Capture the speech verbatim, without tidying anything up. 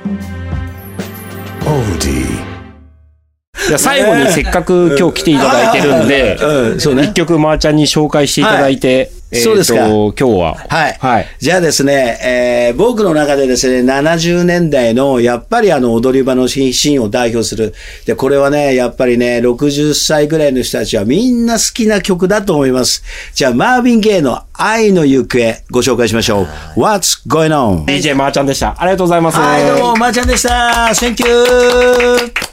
オーディいや最後にせっかく今日来ていただいてるんで、 うん、そうね。 一曲まーちゃんに紹介していただいて、はいえー、 そうですか。 今日は。 はい。 はい。 じゃあですね、えー、僕の中でですね、ななじゅうねんだいの、やっぱりあの、踊り場のシーンを代表する。で、これはね、やっぱりね、ろくじゅっさいぐらいの人たちはみんな好きな曲だと思います。じゃあ、マーヴィン・ゲイの愛の行方、ご紹介しましょう。What's going on? ディージェー まーちゃんでした。ありがとうございます。 はい、どうも、まーちゃんでした。Thank you!